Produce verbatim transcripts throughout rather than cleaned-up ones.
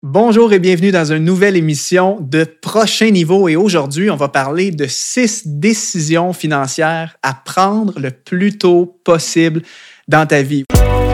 Bonjour et bienvenue dans une nouvelle émission de Prochain Niveau. Et aujourd'hui, on va parler de six décisions financières à prendre le plus tôt possible dans ta vie.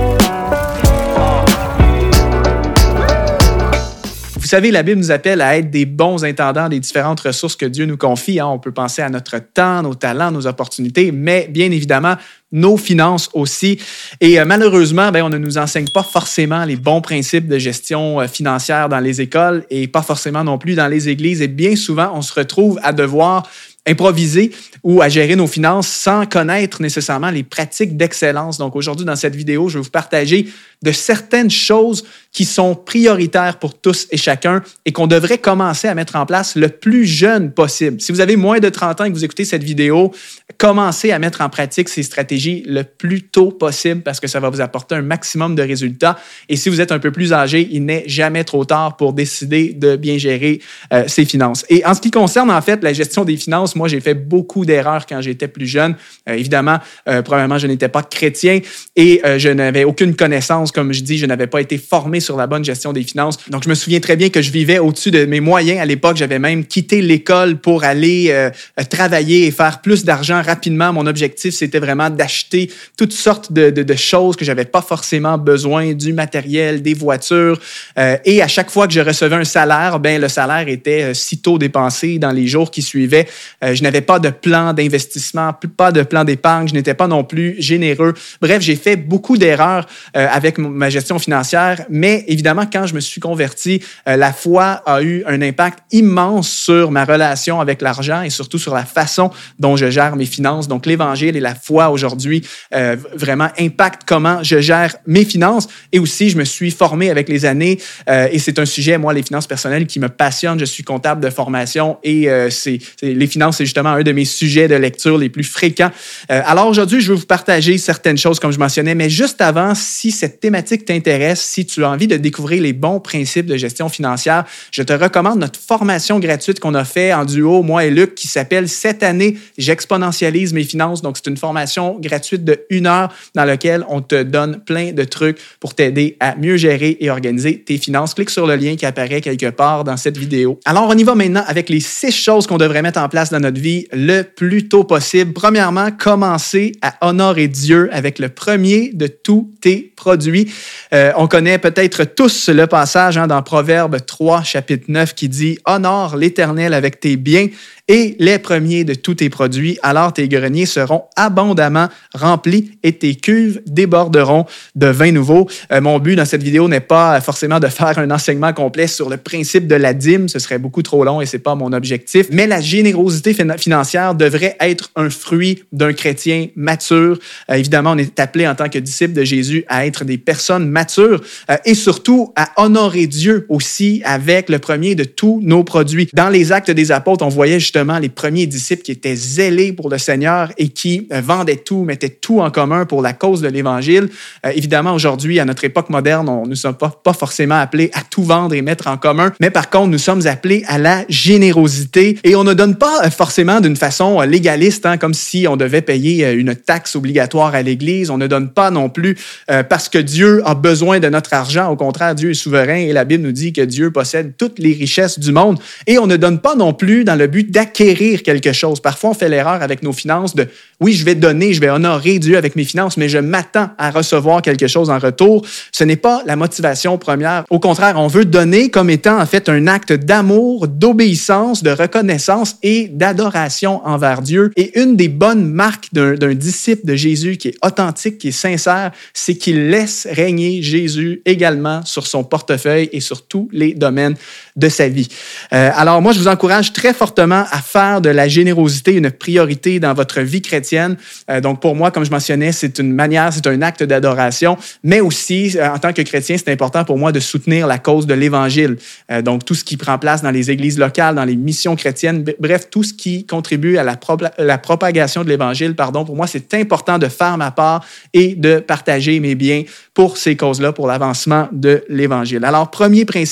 Vous savez, la Bible nous appelle à être des bons intendants des différentes ressources que Dieu nous confie. Hein. On peut penser à notre temps, nos talents, nos opportunités, mais bien évidemment, nos finances aussi. Et euh, malheureusement, ben, on ne nous enseigne pas forcément les bons principes de gestion euh, financière dans les écoles et pas forcément non plus dans les églises. Et bien souvent, on se retrouve à devoir improviser ou à gérer nos finances sans connaître nécessairement les pratiques d'excellence. Donc aujourd'hui, dans cette vidéo, je vais vous partager de certaines choses qui sont prioritaires pour tous et chacun et qu'on devrait commencer à mettre en place le plus jeune possible. Si vous avez moins de trente ans et que vous écoutez cette vidéo, commencez à mettre en pratique ces stratégies le plus tôt possible parce que ça va vous apporter un maximum de résultats. Et si vous êtes un peu plus âgé, il n'est jamais trop tard pour décider de bien gérer euh, ses finances. Et en ce qui concerne en fait la gestion des finances, moi j'ai fait beaucoup d'erreurs quand j'étais plus jeune. Euh, évidemment, euh, premièrement, je n'étais pas chrétien et euh, je n'avais aucune connaissance. Comme je dis, je n'avais pas été formé sur la bonne gestion des finances. Donc, je me souviens très bien que je vivais au-dessus de mes moyens. À l'époque, j'avais même quitté l'école pour aller euh, travailler et faire plus d'argent rapidement. Mon objectif, c'était vraiment d'acheter toutes sortes de, de, de choses que j'avais pas forcément besoin, du matériel, des voitures. Euh, et à chaque fois que je recevais un salaire, ben le salaire était euh, sitôt dépensé dans les jours qui suivaient. Euh, je n'avais pas de plan d'investissement, pas de plan d'épargne. Je n'étais pas non plus généreux. Bref, j'ai fait beaucoup d'erreurs euh, avec ma gestion financière, mais évidemment, quand je me suis converti, euh, la foi a eu un impact immense sur ma relation avec l'argent et surtout sur la façon dont je gère mes finances. Donc, l'Évangile et la foi aujourd'hui euh, vraiment impactent comment je gère mes finances et aussi, je me suis formé avec les années euh, et c'est un sujet, moi, les finances personnelles qui me passionne. Je suis comptable de formation et euh, c'est, c'est, les finances, c'est justement un de mes sujets de lecture les plus fréquents. Euh, alors aujourd'hui, je vais vous partager certaines choses, comme je mentionnais, mais juste avant, si cette thématique t'intéresse, si tu as envie de découvrir les bons principes de gestion financière, je te recommande notre formation gratuite qu'on a fait en duo, moi et Luc, qui s'appelle « Cette année, j'exponentialise mes finances ». Donc, c'est une formation gratuite de une heure dans laquelle on te donne plein de trucs pour t'aider à mieux gérer et organiser tes finances. Clique sur le lien qui apparaît quelque part dans cette vidéo. Alors, on y va maintenant avec les six choses qu'on devrait mettre en place dans notre vie le plus tôt possible. Premièrement, commencer à honorer Dieu avec le premier de tous tes produits. Euh, on connaît peut-être tous le passage hein, dans Proverbe trois, chapitre neuf, qui dit « Honore l'Éternel avec tes biens et les premiers de tous tes produits, alors tes greniers seront abondamment remplis et tes cuves déborderont de vin nouveau. Euh, » Mon but dans cette vidéo n'est pas forcément de faire un enseignement complet sur le principe de la dîme, ce serait beaucoup trop long et ce n'est pas mon objectif, mais la générosité financière devrait être un fruit d'un chrétien mature. Euh, évidemment, on est appelé en tant que disciple de Jésus à être des personnes matures euh, et surtout à honorer Dieu aussi avec le premier de tous nos produits. Dans les Actes des Apôtres, on voyait justement les premiers disciples qui étaient zélés pour le Seigneur et qui euh, vendaient tout, mettaient tout en commun pour la cause de l'Évangile. Euh, évidemment, aujourd'hui, à notre époque moderne, on ne sommes pas, pas forcément appelés à tout vendre et mettre en commun, mais par contre, nous sommes appelés à la générosité et on ne donne pas euh, forcément d'une façon euh, légaliste, hein, comme si on devait payer euh, une taxe obligatoire à l'Église. On ne donne pas non plus euh, parce que Dieu a besoin de notre argent. Au contraire, Dieu est souverain et la Bible nous dit que Dieu possède toutes les richesses du monde. Et on ne donne pas non plus dans le but d'acquérir quelque chose. Parfois, on fait l'erreur avec nos finances de « oui, je vais donner, je vais honorer Dieu avec mes finances, mais je m'attends à recevoir quelque chose en retour. » Ce n'est pas la motivation première. Au contraire, on veut donner comme étant en fait un acte d'amour, d'obéissance, de reconnaissance et d'adoration envers Dieu. Et une des bonnes marques d'un, d'un disciple de Jésus qui est authentique, qui est sincère, c'est qu'il laisse régner Jésus également sur son portefeuille et sur tous les domaines de sa vie. Euh, alors moi, je vous encourage très fortement à faire de la générosité une priorité dans votre vie chrétienne. Euh, donc pour moi, comme je mentionnais, c'est une manière, c'est un acte d'adoration, mais aussi, euh, en tant que chrétien, c'est important pour moi de soutenir la cause de l'Évangile. Euh, donc tout ce qui prend place dans les églises locales, dans les missions chrétiennes, bref, tout ce qui contribue à la, pro- la propagation de l'Évangile, pardon, pour moi, c'est important de faire ma part et de partager mes biens pour ces causes-là, pour l'avancement de l'Évangile. Alors, premier principe,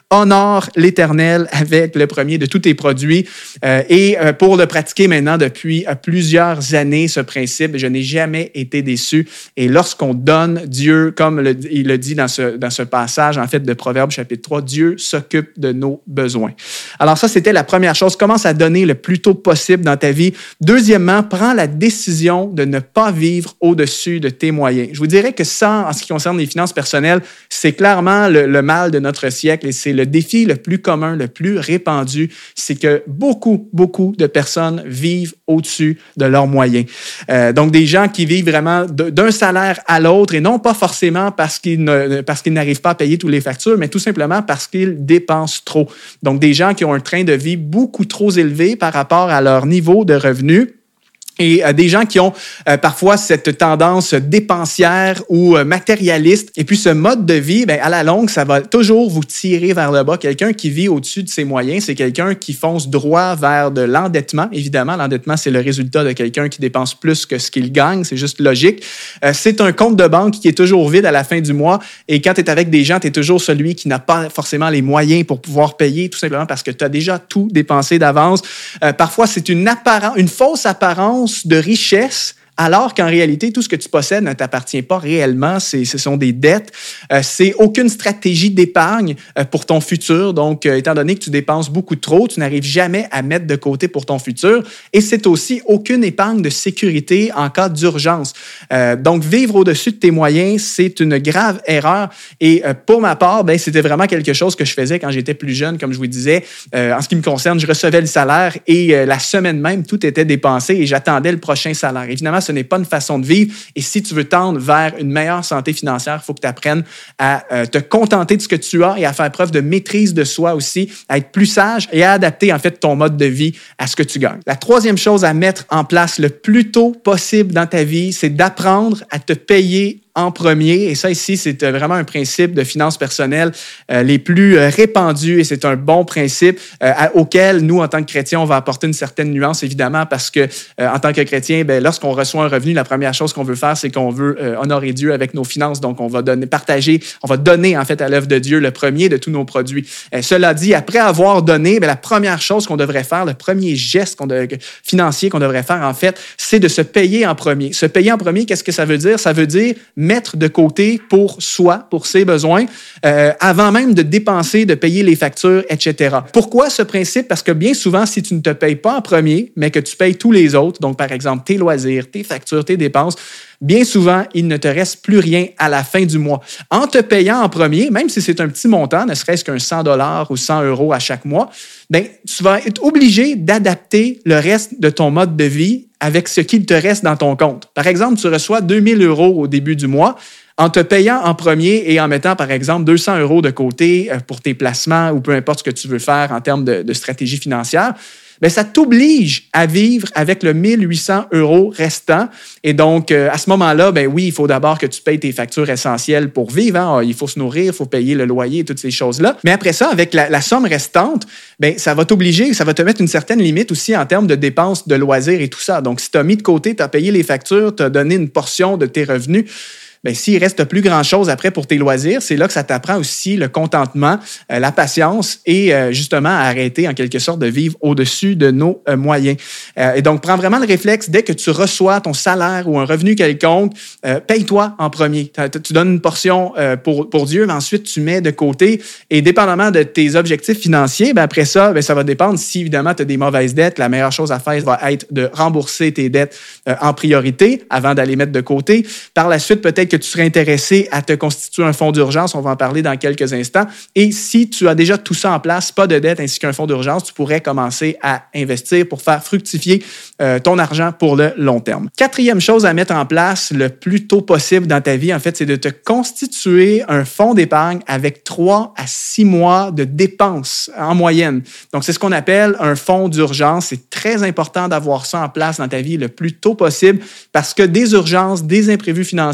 honore l'Éternel avec le premier de tous tes produits. Euh, et euh, pour le pratiquer maintenant depuis euh, plusieurs années, ce principe, je n'ai jamais été déçu. Et lorsqu'on donne, Dieu, comme le, il le dit dans ce, dans ce passage, en fait, de Proverbes chapitre trois, Dieu s'occupe de nos besoins. Alors ça, c'était la première chose. Commence à donner le plus tôt possible dans ta vie. Deuxièmement, prends la décision de ne pas vivre au-dessus de tes moyens. Je vous dirais que ça, en ce qui concerne les finances personnelles, c'est clairement le, le mal de notre siècle et c'est le défi le plus commun, le plus répandu, c'est que beaucoup, beaucoup de personnes vivent au-dessus de leurs moyens. Euh, donc, des gens qui vivent vraiment de, d'un salaire à l'autre et non pas forcément parce qu'ils, ne, parce qu'ils n'arrivent pas à payer toutes les factures, mais tout simplement parce qu'ils dépensent trop. Donc, des gens qui ont un train de vie beaucoup trop élevé par rapport à leur niveau de revenus. Et euh, des gens qui ont euh, parfois cette tendance dépensière ou euh, matérialiste. Et puis ce mode de vie, ben, à la longue, ça va toujours vous tirer vers le bas. Quelqu'un qui vit au-dessus de ses moyens, c'est quelqu'un qui fonce droit vers de l'endettement. Évidemment, l'endettement, c'est le résultat de quelqu'un qui dépense plus que ce qu'il gagne. C'est juste logique. Euh, c'est un compte de banque qui est toujours vide à la fin du mois. Et quand tu es avec des gens, tu es toujours celui qui n'a pas forcément les moyens pour pouvoir payer, tout simplement parce que tu as déjà tout dépensé d'avance. Euh, parfois, c'est une apparence, une fausse apparence de richesse, alors qu'en réalité, tout ce que tu possèdes ne t'appartient pas réellement. C'est, ce sont des dettes. Euh, c'est aucune stratégie d'épargne euh, pour ton futur. Donc, euh, étant donné que tu dépenses beaucoup trop, tu n'arrives jamais à mettre de côté pour ton futur. Et c'est aussi aucune épargne de sécurité en cas d'urgence. Euh, donc, vivre au-dessus de tes moyens, c'est une grave erreur. Et euh, pour ma part, ben, c'était vraiment quelque chose que je faisais quand j'étais plus jeune. Comme je vous disais, euh, en ce qui me concerne, je recevais le salaire et euh, la semaine même, tout était dépensé et j'attendais le prochain salaire. Évidemment, ce n'est pas une façon de vivre. Et si tu veux tendre vers une meilleure santé financière, il faut que tu apprennes à euh, te contenter de ce que tu as et à faire preuve de maîtrise de soi aussi, à être plus sage et à adapter en fait ton mode de vie à ce que tu gagnes. La troisième chose à mettre en place le plus tôt possible dans ta vie, c'est d'apprendre à te payer en premier. Et ça, ici, c'est vraiment un principe de finances personnelles euh, les plus euh, répandus et c'est un bon principe euh, à, auquel nous, en tant que chrétiens, on va apporter une certaine nuance, évidemment, parce que euh, en tant que chrétien, ben, lorsqu'on reçoit un revenu, la première chose qu'on veut faire, c'est qu'on veut euh, honorer Dieu avec nos finances. Donc, on va donner, partager, on va donner, en fait, à l'œuvre de Dieu le premier de tous nos produits. Euh, cela dit, après avoir donné, ben, la première chose qu'on devrait faire, le premier geste qu'on de, financier qu'on devrait faire, en fait, c'est de se payer en premier. Se payer en premier, qu'est-ce que ça veut dire? Ça veut dire mettre de côté pour soi, pour ses besoins, euh, avant même de dépenser, de payer les factures, et cetera. Pourquoi ce principe? Parce que bien souvent, si tu ne te payes pas en premier, mais que tu payes tous les autres, donc par exemple tes loisirs, tes factures, tes dépenses, bien souvent, il ne te reste plus rien à la fin du mois. En te payant en premier, même si c'est un petit montant, ne serait-ce qu'un cent dollars ou cent euros à chaque mois, bien, tu vas être obligé d'adapter le reste de ton mode de vie avec ce qu'il te reste dans ton compte. Par exemple, tu reçois deux mille euros au début du mois. En te payant en premier et en mettant, par exemple, deux cents euros de côté pour tes placements ou peu importe ce que tu veux faire en termes de, de stratégie financière, bien, ça t'oblige à vivre avec le mille huit cents euros restant. Et donc, euh, à ce moment-là, ben oui, il faut d'abord que tu payes tes factures essentielles pour vivre. Hein? Il faut se nourrir, il faut payer le loyer et toutes ces choses-là. Mais après ça, avec la, la somme restante, ben ça va t'obliger, ça va te mettre une certaine limite aussi en termes de dépenses de loisirs et tout ça. Donc, si tu as mis de côté, tu as payé les factures, tu as donné une portion de tes revenus, bien, s'il reste plus grand-chose après pour tes loisirs, c'est là que ça t'apprend aussi le contentement, euh, la patience et euh, justement à arrêter en quelque sorte de vivre au-dessus de nos euh, moyens. Euh, et donc, prends vraiment le réflexe, dès que tu reçois ton salaire ou un revenu quelconque, euh, paye-toi en premier. Tu donnes une portion euh, pour, pour Dieu, mais ensuite tu mets de côté et dépendamment de tes objectifs financiers, bien, après ça, bien, ça va dépendre si évidemment tu as des mauvaises dettes. La meilleure chose à faire va être de rembourser tes dettes euh, en priorité avant d'aller mettre de côté. Par la suite, peut-être que que tu serais intéressé à te constituer un fonds d'urgence. On va en parler dans quelques instants. Et si tu as déjà tout ça en place, pas de dette ainsi qu'un fonds d'urgence, tu pourrais commencer à investir pour faire fructifier euh, ton argent pour le long terme. Quatrième chose à mettre en place le plus tôt possible dans ta vie, en fait, c'est de te constituer un fonds d'épargne avec trois à six mois de dépenses en moyenne. Donc, c'est ce qu'on appelle un fonds d'urgence. C'est très important d'avoir ça en place dans ta vie le plus tôt possible parce que des urgences, des imprévus financiers,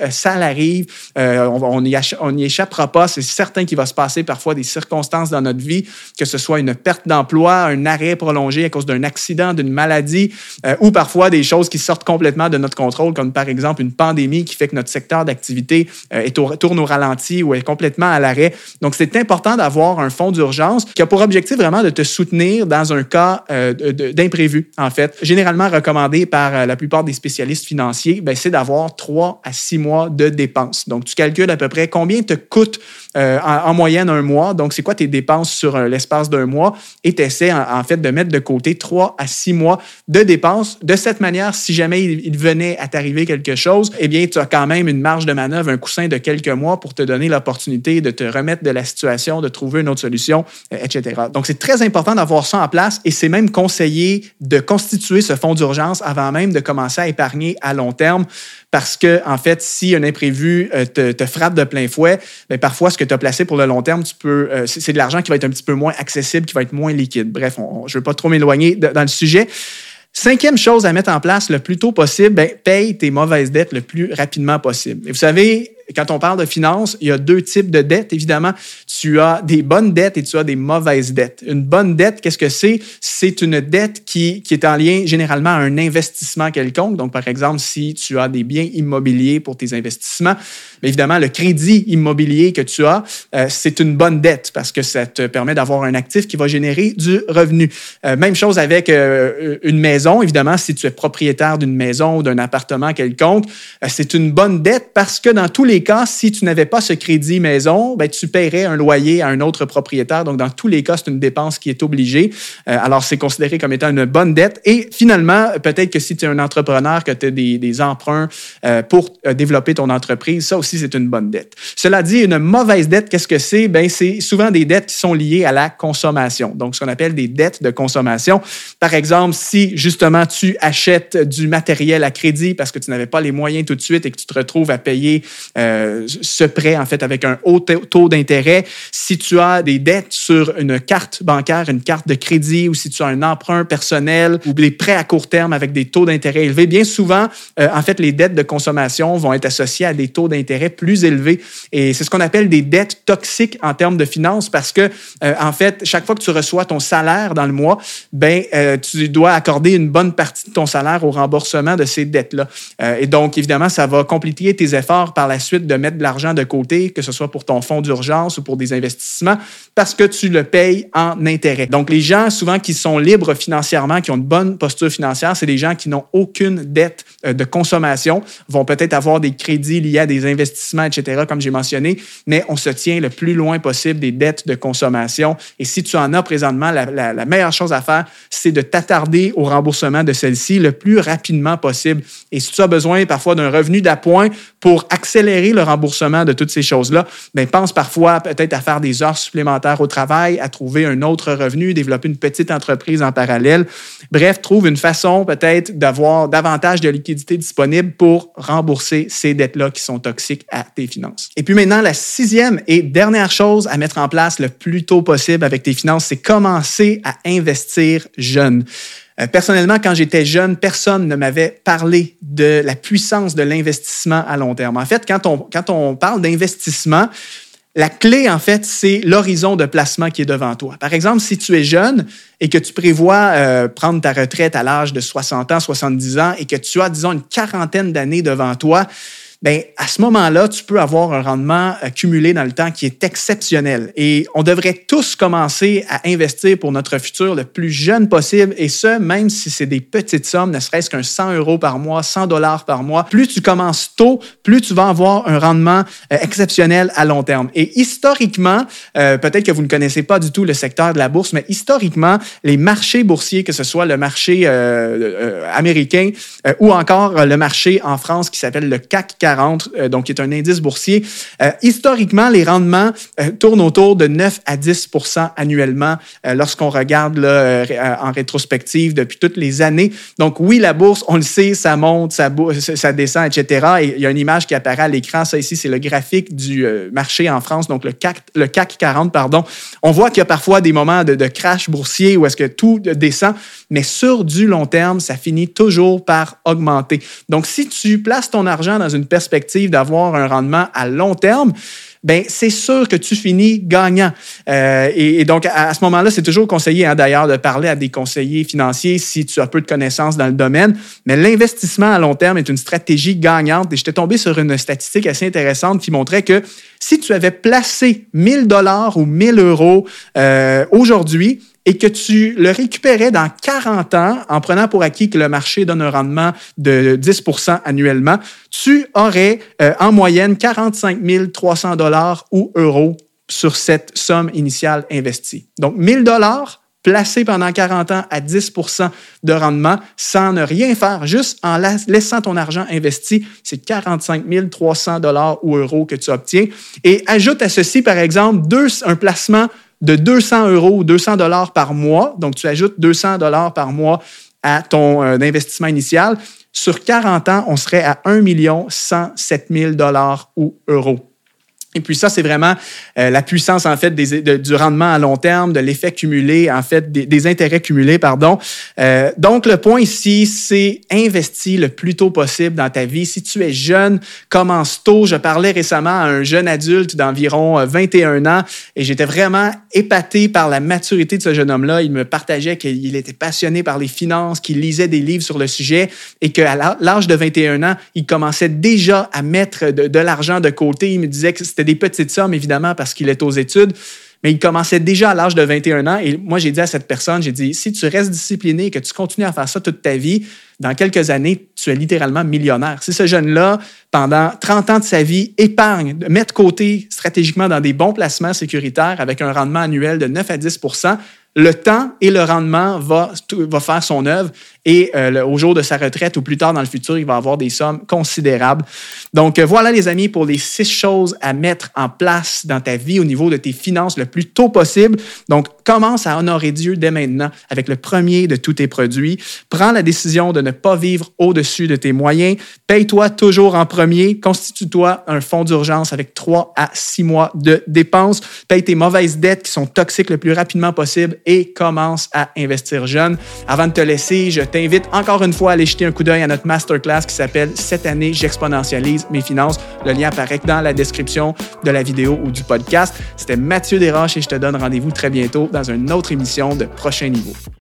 ça l'arrive, euh, on n'y on y échappera pas. C'est certain qu'il va se passer parfois des circonstances dans notre vie, que ce soit une perte d'emploi, un arrêt prolongé à cause d'un accident, d'une maladie, euh, ou parfois des choses qui sortent complètement de notre contrôle, comme par exemple une pandémie qui fait que notre secteur d'activité euh, est au, tourne au ralenti ou est complètement à l'arrêt. Donc, c'est important d'avoir un fonds d'urgence qui a pour objectif vraiment de te soutenir dans un cas euh, de, d'imprévu, en fait. Généralement recommandé par euh, la plupart des spécialistes financiers, ben, c'est d'avoir trois à six mois de dépenses. Donc, tu calcules à peu près combien te coûte euh, en, en moyenne un mois. Donc, c'est quoi tes dépenses sur euh, l'espace d'un mois et tu essaies en, en fait de mettre de côté trois à six mois de dépenses. De cette manière, si jamais il, il venait à t'arriver quelque chose, eh bien, tu as quand même une marge de manœuvre, un coussin de quelques mois pour te donner l'opportunité de te remettre de la situation, de trouver une autre solution, euh, et cetera. Donc, c'est très important d'avoir ça en place et c'est même conseillé de constituer ce fonds d'urgence avant même de commencer à épargner à long terme parce que, en fait, si un imprévu euh, te, te frappe de plein fouet, bien, parfois, ce que tu as placé pour le long terme, tu peux, euh, c'est, c'est de l'argent qui va être un petit peu moins accessible, qui va être moins liquide. Bref, on, je ne veux pas trop m'éloigner de, dans le sujet. Cinquième chose à mettre en place le plus tôt possible, bien, paye tes mauvaises dettes le plus rapidement possible. Et vous savez, quand on parle de finances, il y a deux types de dettes, évidemment. Tu as des bonnes dettes et tu as des mauvaises dettes. Une bonne dette, qu'est-ce que c'est? C'est une dette qui, qui est en lien généralement à un investissement quelconque. Donc, par exemple, si tu as des biens immobiliers pour tes investissements, bien évidemment, le crédit immobilier que tu as, euh, c'est une bonne dette parce que ça te permet d'avoir un actif qui va générer du revenu. Euh, même chose avec euh, une maison. Évidemment, si tu es propriétaire d'une maison ou d'un appartement quelconque, euh, c'est une bonne dette parce que dans tous les cas, si tu n'avais pas ce crédit maison, ben, tu paierais un loyer à un autre propriétaire. Donc, dans tous les cas, c'est une dépense qui est obligée. Euh, alors, c'est considéré comme étant une bonne dette. Et finalement, peut-être que si tu es un entrepreneur, que tu as des, des emprunts euh, pour euh, développer ton entreprise, ça aussi, c'est une bonne dette. Cela dit, une mauvaise dette, qu'est-ce que c'est? Ben, c'est souvent des dettes qui sont liées à la consommation. Donc, ce qu'on appelle des dettes de consommation. Par exemple, si justement tu achètes du matériel à crédit parce que tu n'avais pas les moyens tout de suite et que tu te retrouves à payer euh, ce prêt, en fait, avec un haut taux d'intérêt, si tu as des dettes sur une carte bancaire, une carte de crédit, ou si tu as un emprunt personnel ou des prêts à court terme avec des taux d'intérêt élevés, bien souvent, euh, en fait, les dettes de consommation vont être associées à des taux d'intérêt plus élevés. Et c'est ce qu'on appelle des dettes toxiques en termes de finances parce que, euh, en fait, chaque fois que tu reçois ton salaire dans le mois, ben, euh, tu dois accorder une bonne partie de ton salaire au remboursement de ces dettes-là. Euh, et donc, évidemment, ça va compliquer tes efforts par la suite de mettre de l'argent de côté, que ce soit pour ton fonds d'urgence ou pour des investissements, parce que tu le payes en intérêt. Donc, les gens, souvent, qui sont libres financièrement, qui ont une bonne posture financière, c'est des gens qui n'ont aucune dette euh, de consommation, vont peut-être avoir des crédits liés à des investissements, et cetera, comme j'ai mentionné, mais on se tient le plus loin possible des dettes de consommation. Et si tu en as présentement, la, la, la meilleure chose à faire, c'est de t'attarder au remboursement de celle-ci le plus rapidement possible. Et si tu as besoin parfois d'un revenu d'appoint pour accélérer le remboursement de toutes ces choses-là, bien, pense parfois peut-être à faire des heures supplémentaires au travail, à trouver un autre revenu, développer une petite entreprise en parallèle. Bref, trouve une façon peut-être d'avoir davantage de liquidité disponible pour rembourser ces dettes-là qui sont toxiques à tes finances. Et puis maintenant, la sixième et dernière chose à mettre en place le plus tôt possible avec tes finances, c'est commencer à investir jeune. Personnellement, quand j'étais jeune, personne ne m'avait parlé de la puissance de l'investissement à long terme. En fait, quand on, quand on parle d'investissement, la clé, en fait, c'est l'horizon de placement qui est devant toi. Par exemple, si tu es jeune et que tu prévois euh, prendre ta retraite à l'âge de soixante ans, soixante-dix ans et que tu as, disons, une quarantaine d'années devant toi, bien, à ce moment-là, tu peux avoir un rendement cumulé dans le temps qui est exceptionnel. Et on devrait tous commencer à investir pour notre futur le plus jeune possible, et ce, même si c'est des petites sommes, ne serait-ce qu'un cent euros par mois, cent dollars par mois. Plus tu commences tôt, plus tu vas avoir un rendement euh, exceptionnel à long terme. Et historiquement, euh, peut-être que vous ne connaissez pas du tout le secteur de la bourse, mais historiquement, les marchés boursiers, que ce soit le marché euh, euh, américain euh, ou encore le marché en France qui s'appelle le C A C quarante, donc qui est un indice boursier. Euh, historiquement, les rendements euh, tournent autour de neuf à dix pour cent annuellement euh, lorsqu'on regarde là, euh, en rétrospective depuis toutes les années. Donc oui, la bourse, on le sait, ça monte, ça, ça descend, et cetera. Et il y a une image qui apparaît à l'écran. Ça ici, c'est le graphique du euh, marché en France, donc le C A C, le C A C quarante, pardon. On voit qu'il y a parfois des moments de, de crash boursier où est-ce que tout descend, mais sur du long terme, ça finit toujours par augmenter. Donc si tu places ton argent dans une perspective perspective d'avoir un rendement à long terme, ben c'est sûr que tu finis gagnant. Euh, et, et donc, à, à ce moment-là, c'est toujours conseillé, hein, d'ailleurs, de parler à des conseillers financiers si tu as peu de connaissances dans le domaine. Mais l'investissement à long terme est une stratégie gagnante. Et j'étais tombé sur une statistique assez intéressante qui montrait que si tu avais placé mille dollars ou mille euros euh, aujourd'hui, et que tu le récupérais dans quarante ans en prenant pour acquis que le marché donne un rendement de dix pour cent annuellement, tu aurais euh, en moyenne quarante-cinq mille trois cents dollars ou euros sur cette somme initiale investie. Donc, mille dollars placés pendant quarante ans à dix pour cent de rendement sans ne rien faire, juste en la- laissant ton argent investi, c'est quarante-cinq mille trois cents dollars ou euros que tu obtiens. Et ajoute à ceci, par exemple, deux, un placement de deux cents euros ou deux cents dollars par mois. Donc, tu ajoutes deux cents dollars par mois à ton euh, investissement initial. Sur quarante ans, on serait à un million cent sept mille dollars ou euros. Et puis ça, c'est vraiment euh, la puissance, en fait, des, de, du rendement à long terme, de l'effet cumulé, en fait, des, des intérêts cumulés, pardon. Euh, donc, le point ici, c'est investir le plus tôt possible dans ta vie. Si tu es jeune, commence tôt. Je parlais récemment à un jeune adulte d'environ vingt et un ans et j'étais vraiment épaté par la maturité de ce jeune homme-là. Il me partageait qu'il était passionné par les finances, qu'il lisait des livres sur le sujet et qu'à l'âge de vingt et un ans, il commençait déjà à mettre de, de l'argent de côté. Il me disait que c'était des petites sommes, évidemment, parce qu'il est aux études, mais il commençait déjà à l'âge de vingt et un ans. Et moi, j'ai dit à cette personne, j'ai dit, si tu restes discipliné et que tu continues à faire ça toute ta vie, dans quelques années, tu es littéralement millionnaire. Si ce jeune-là, pendant trente ans de sa vie, épargne, met de côté stratégiquement dans des bons placements sécuritaires avec un rendement annuel de neuf à dix pour cent, le temps et le rendement va, va faire son œuvre et euh, le, au jour de sa retraite ou plus tard dans le futur, il va avoir des sommes considérables. Donc, euh, voilà les amis pour les six choses à mettre en place dans ta vie au niveau de tes finances le plus tôt possible. Donc, commence à honorer Dieu dès maintenant avec le premier de tous tes produits. Prends la décision de ne pas vivre au-dessus de tes moyens. Paye-toi toujours en premier. Constitue-toi un fonds d'urgence avec trois à six mois de dépenses. Paye tes mauvaises dettes qui sont toxiques le plus rapidement possible et commence à investir jeune. Avant de te laisser, je t'invite encore une fois à aller jeter un coup d'œil à notre masterclass qui s'appelle « Cette année, j'exponentialise mes finances ». Le lien apparaît dans la description de la vidéo ou du podcast. C'était Mathieu Desroches et je te donne rendez-vous très bientôt dans une autre émission de Prochain Niveau.